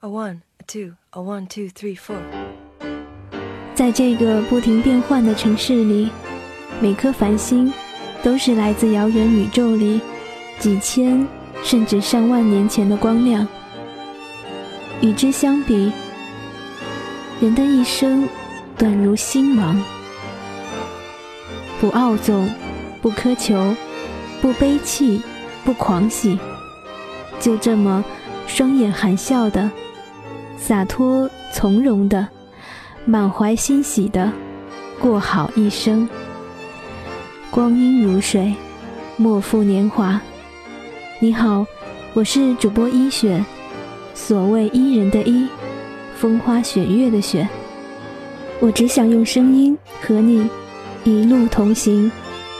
A one, a two, a 1, 2, 3, 4。 在这个不停变换的城市里，每颗繁星都是来自遥远宇宙里几千甚至上万年前的光亮。与之相比，人的一生短如星芒，不傲纵，不苛求，不悲戚，不狂喜，就这么双眼含笑的，洒脱从容的，满怀欣喜的过好一生。光阴如水，莫负年华。你好，我是主播一雪，所谓伊人的伊，风花雪月的雪。我只想用声音和你一路同行。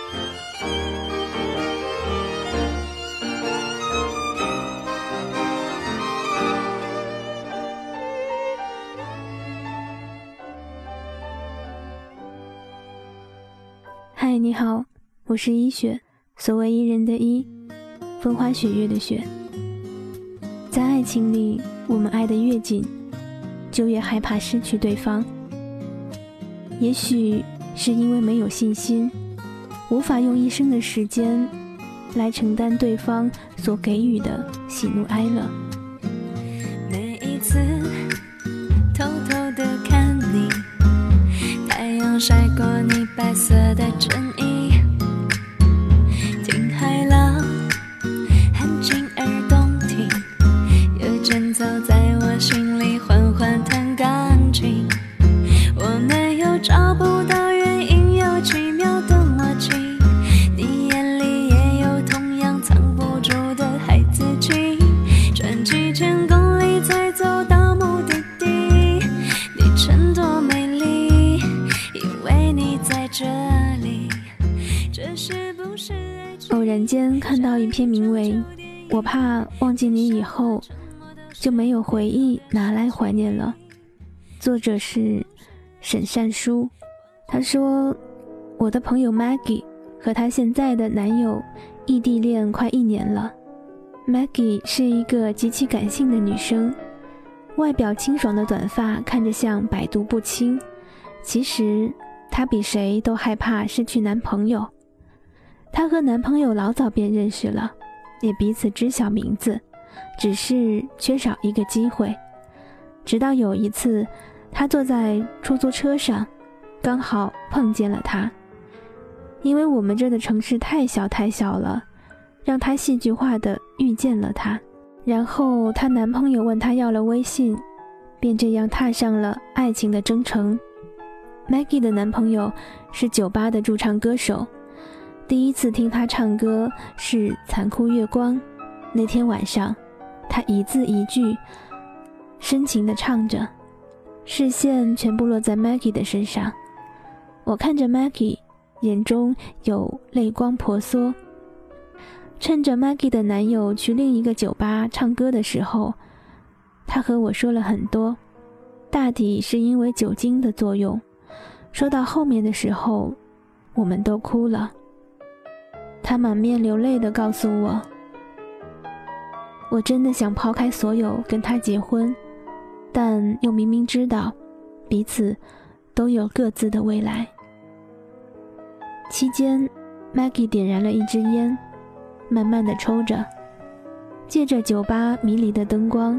嗨，你好，我是一雪，所谓伊人的伊，风花雪月的雪。在爱情里，我们爱得越紧，就越害怕失去对方。也许是因为没有信心，无法用一生的时间来承担对方所给予的喜怒哀乐。 每一次偷偷地看你，太阳晒过你白色的衬衣，听海浪很静而动听，有间奏在我心里缓缓弹钢琴。我没有找不到原因，有奇妙的默契，你眼里也有同样藏不住的孩子气，转几千公里才走到目的地，你衬托美丽，因为你在这里，这是不是爱情？ 偶然间看到一篇名为《我怕忘记你以后就没有回忆拿来怀念了》，作者是沈善书。他说，我的朋友 Maggie 和她现在的男友异地恋快1年了。Maggie 是一个极其感性的女生，外表清爽的短发看着像百毒不侵，其实她比谁都害怕失去男朋友。她和男朋友老早便认识了，也彼此知晓名字，只是缺少一个机会。直到有一次，她坐在出租车上，刚好碰见了他。因为我们这的城市太小太小了，让她戏剧化地遇见了他。然后她男朋友问她要了微信，便这样踏上了爱情的征程。Maggie 的男朋友是酒吧的驻唱歌手，第一次听他唱歌是《残酷月光》。那天晚上，他一字一句深情地唱着，视线全部落在 Maggie 的身上。我看着 Maggie， 眼中有泪光婆娑。趁着 Maggie 的男友去另一个酒吧唱歌的时候，他和我说了很多，大抵是因为酒精的作用。说到后面的时候，我们都哭了。他满面流泪地告诉我，我真的想抛开所有跟他结婚，但又明明知道彼此都有各自的未来。期间 Maggie 点燃了一支烟，慢慢地抽着，借着酒吧迷离的灯光，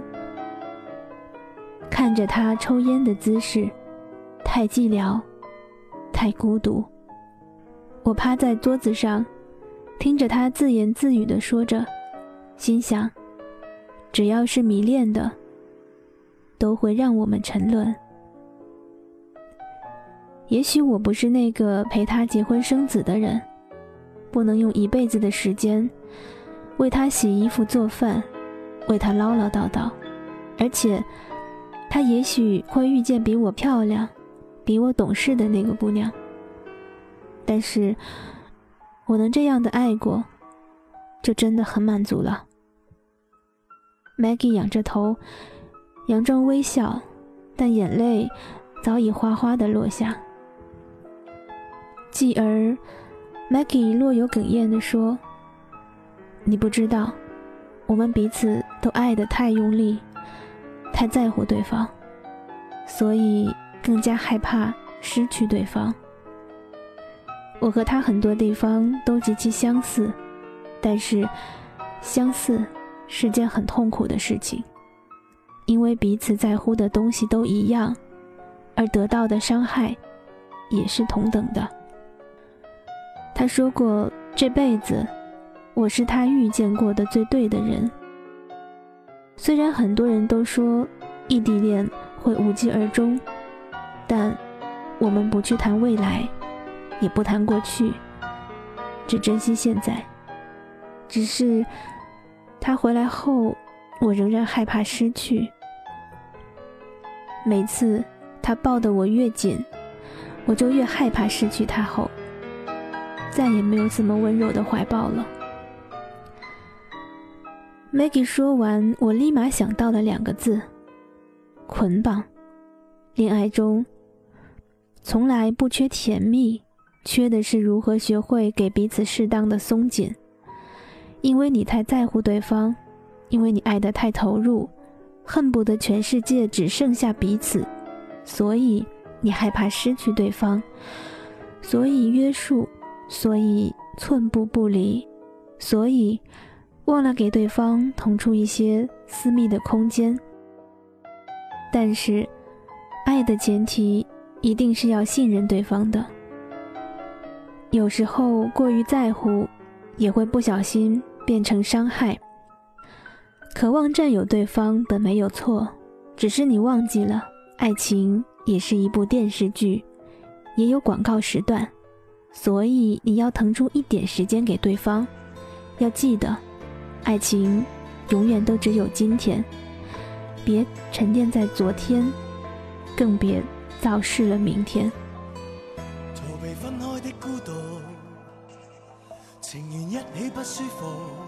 看着他抽烟的姿势，太寂寥，太孤独。我趴在桌子上，听着他自言自语地说着，心想，只要是迷恋的，都会让我们沉沦。也许我不是那个陪他结婚生子的人，不能用一辈子的时间为他洗衣服做饭，为他唠唠叨叨，而且他也许会遇见比我漂亮，比我懂事的那个姑娘。但是我能这样的爱过，就真的很满足了。Maggie 仰着头，佯装微笑，但眼泪早已哗哗地落下。继而 Maggie 若有哽咽地说，你不知道，我们彼此都爱得太用力， 太在乎对方，所以更加害怕失去对方。我和他很多地方都极其相似，但是相似是件很痛苦的事情，因为彼此在乎的东西都一样，而得到的伤害也是同等的。他说过，这辈子我是他遇见过的最对的人。虽然很多人都说异地恋会无疾而终，但我们不去谈未来，也不谈过去，只珍惜现在。只是他回来后，我仍然害怕失去。每次他抱得我越紧，我就越害怕失去他后，再也没有这么温柔的怀抱了。Maggie 说完，我立马想到了2个字：捆绑。恋爱中从来不缺甜蜜，缺的是如何学会给彼此适当的松紧。因为你太在乎对方，因为你爱得太投入，恨不得全世界只剩下彼此，所以你害怕失去对方，所以约束，所以寸步不离，所以忘了给对方腾出一些私密的空间。但是爱的前提一定是要信任对方的。有时候过于在乎也会不小心变成伤害。渴望占有对方本没有错，只是你忘记了，爱情也是一部电视剧，也有广告时段，所以你要腾出一点时间给对方。要记得，爱情永远都只有今天，别沉淀在昨天，更别造势了明天。 逃避分開的孤獨，情緣一起不舒服。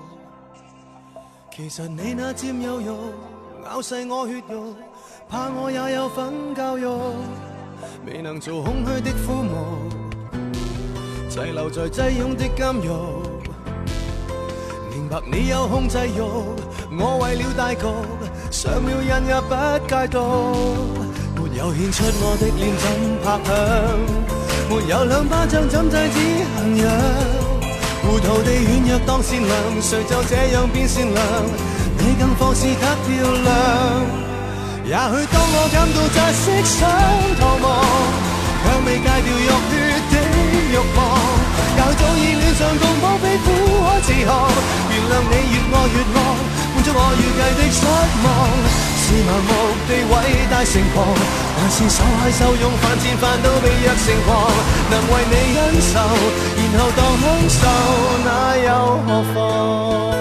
其實你那佔有欲咬細我血肉，怕我也有份教育，未能做空虛的枯木，滯留在擠擁的監獄。明白你有控制欲，我為了大局，上了癮也不戒毒。沒有獻出我的臉怎拍響，沒有兩巴掌怎制止痕癢。糊塗地軟弱當善良，誰就這樣變善良？你更放肆得漂亮。也許當我感到窒息想逃亡，卻未戒掉浴血的慾望，較早已戀上共我被苦海自航。原諒你越愛越惡，滿足我預計的失望。是盲目地偉大成狂，還是受害受用犯賤犯到被虐成狂？能為你忍受，然後當享受，那又何妨？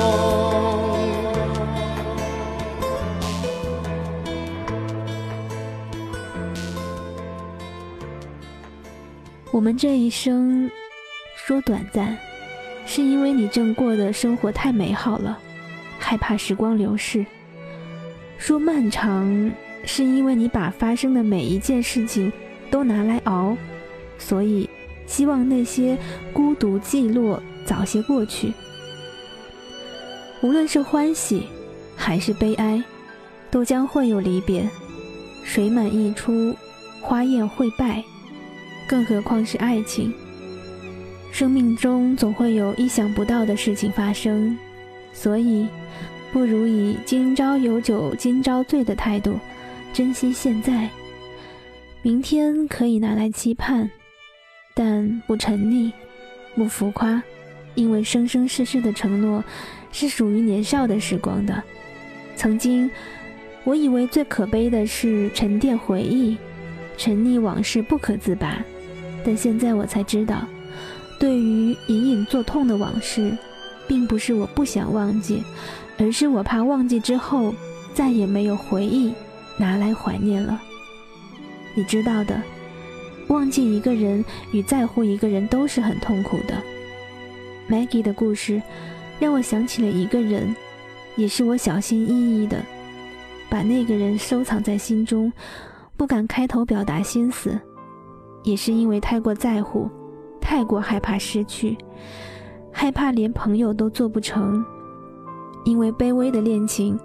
我们这一生说短暂，是因为你正过的生活太美好了，害怕时光流逝；说漫长，是因为你把发生的每一件事情都拿来熬，所以希望那些孤独寂寞早些过去。无论是欢喜还是悲哀，都将会有离别，水满溢出，花艳会败，更何况是爱情。生命中总会有意想不到的事情发生，所以不如以今朝有酒今朝醉的态度珍惜现在。明天可以拿来期盼，但不沉溺，不浮夸，因为生生世世的承诺是属于年少的时光的。曾经我以为最可悲的是沉淀回忆，沉溺往事不可自拔，但现在我才知道，对于隐隐作痛的往事，并不是我不想忘记，而是我怕忘记之后再也没有回忆拿来怀念了。你知道的，忘记一个人与在乎一个人都是很痛苦的。 Maggie 的故事让我想起了一个人，也是我小心翼翼的把那个人收藏在心中，不敢开头表达心思，也是因为太过在乎，太过害怕失去，害怕连朋友都做不成。因为卑微的恋情，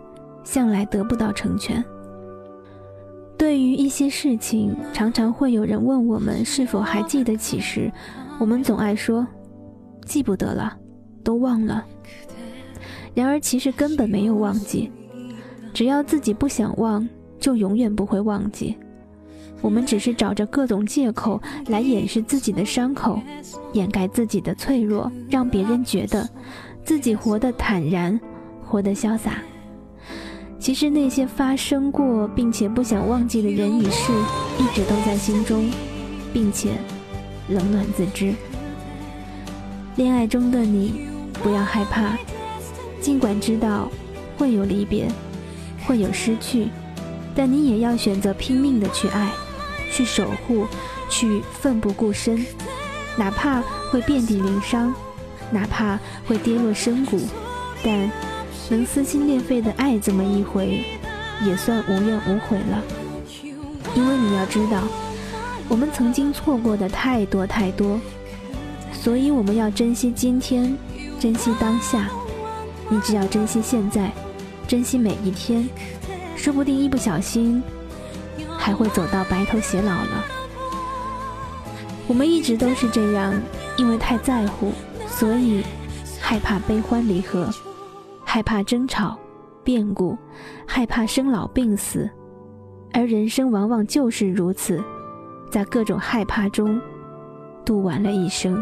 向来得不到成全。对于一些事情，常常会有人问我们是否还记得起时，我们总爱说记不得了，都忘了。然而其实根本没有忘记，只要自己不想忘，就永远不会忘记。我们只是找着各种借口来掩饰自己的伤口，掩盖自己的脆弱，让别人觉得自己活得坦然，活得潇洒。其实那些发生过并且不想忘记的人与事，一直都在心中，并且冷暖自知。恋爱中的你不要害怕，尽管知道会有离别，会有失去，但你也要选择拼命的去爱，去守护，去奋不顾身，哪怕会遍体鳞伤，哪怕会跌落深谷，但能撕心裂肺的爱这么一回，也算无怨无悔了。因为你要知道，我们曾经错过的太多太多，所以我们要珍惜今天，珍惜当下。你只要珍惜现在，珍惜每一天，说不定一不小心还会走到白头偕老了。我们一直都是这样，因为太在乎，所以害怕悲欢离合，害怕争吵变故，害怕生老病死。而人生往往就是如此，在各种害怕中度完了一生。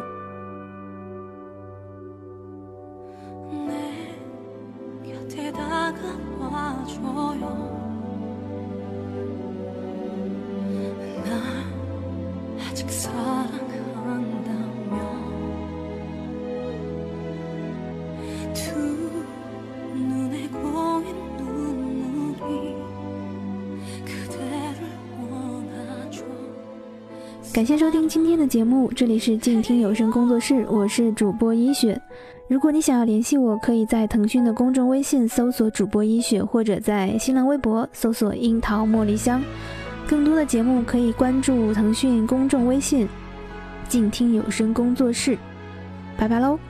感谢收听今天的节目，这里是静听有声工作室，我是主播一雪。如果你想要联系我，可以在腾讯的公众微信搜索主播一雪，或者在新浪微博搜索樱桃茉莉香。更多的节目可以关注腾讯公众微信静听有声工作室。拜拜喽。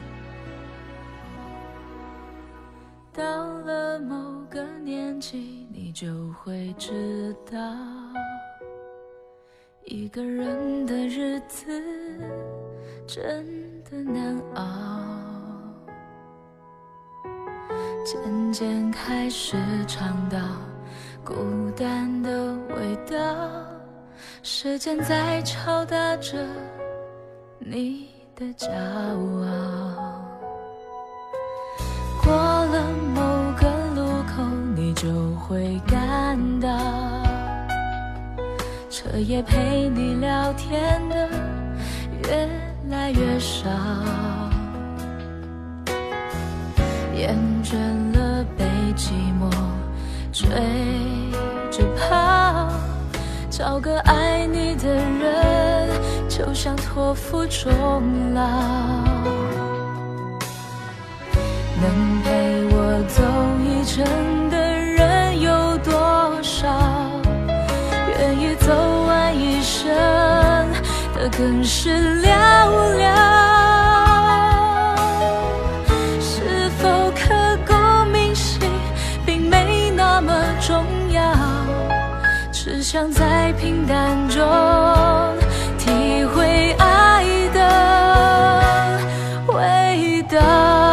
到了某个年纪，你就会知道，一个人的日子真的难熬，渐渐开始尝到孤单的味道，时间在敲打着你的骄傲。过了某个路口，你就会感到彻夜陪你聊天的越来越少，厌倦了被寂寞追着跑，找个爱你的人就像托付终老。能陪我走一程的人有多少，愿意走完一生的更是寥寥。是否刻骨铭心并没那么重要，只想在平淡中体会爱的味道。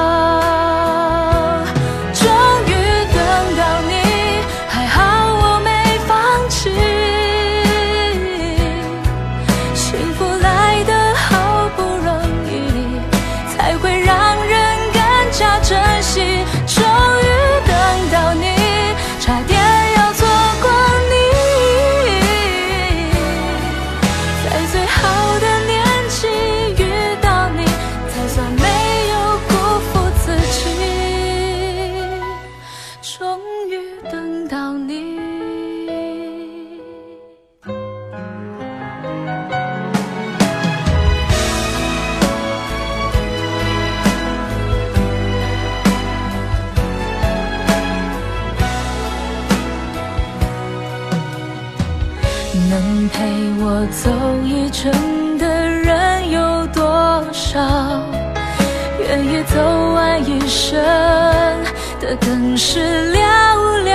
能陪我走一程的人有多少， 愿意走完一生的更是寥寥。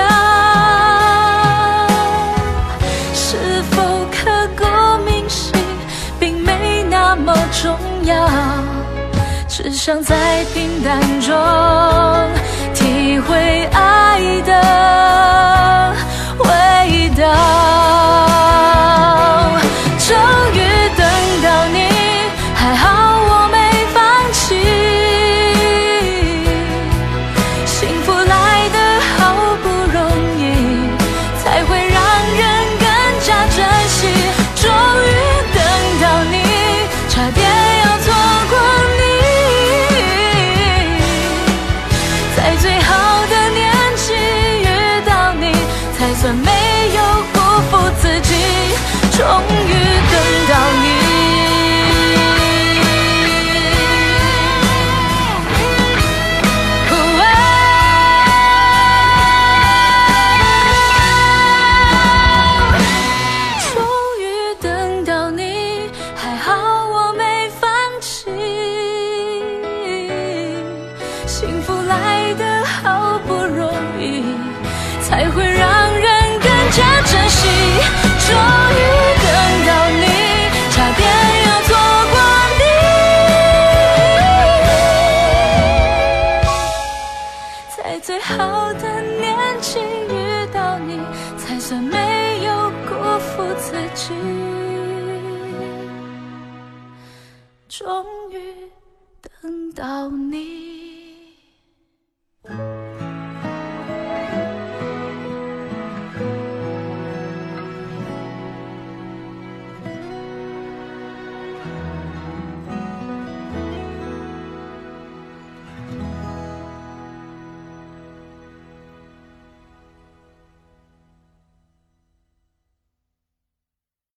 是否刻骨铭心并没那么重要，只想在平淡中体会爱的味道。终于等到你，还好我没放弃，幸福来得好不容易，才会让人更加珍惜。终于等到你，差点要错过你，在最好的年纪遇到你，才算没有辜负自己。终于等到你，终于等到你，还好我没放弃，幸福来得好不容易，才会让人更加珍惜。终于等到你，差点要错过你，在最好的年纪遇到你，才算没有辜负自己。终于等到你。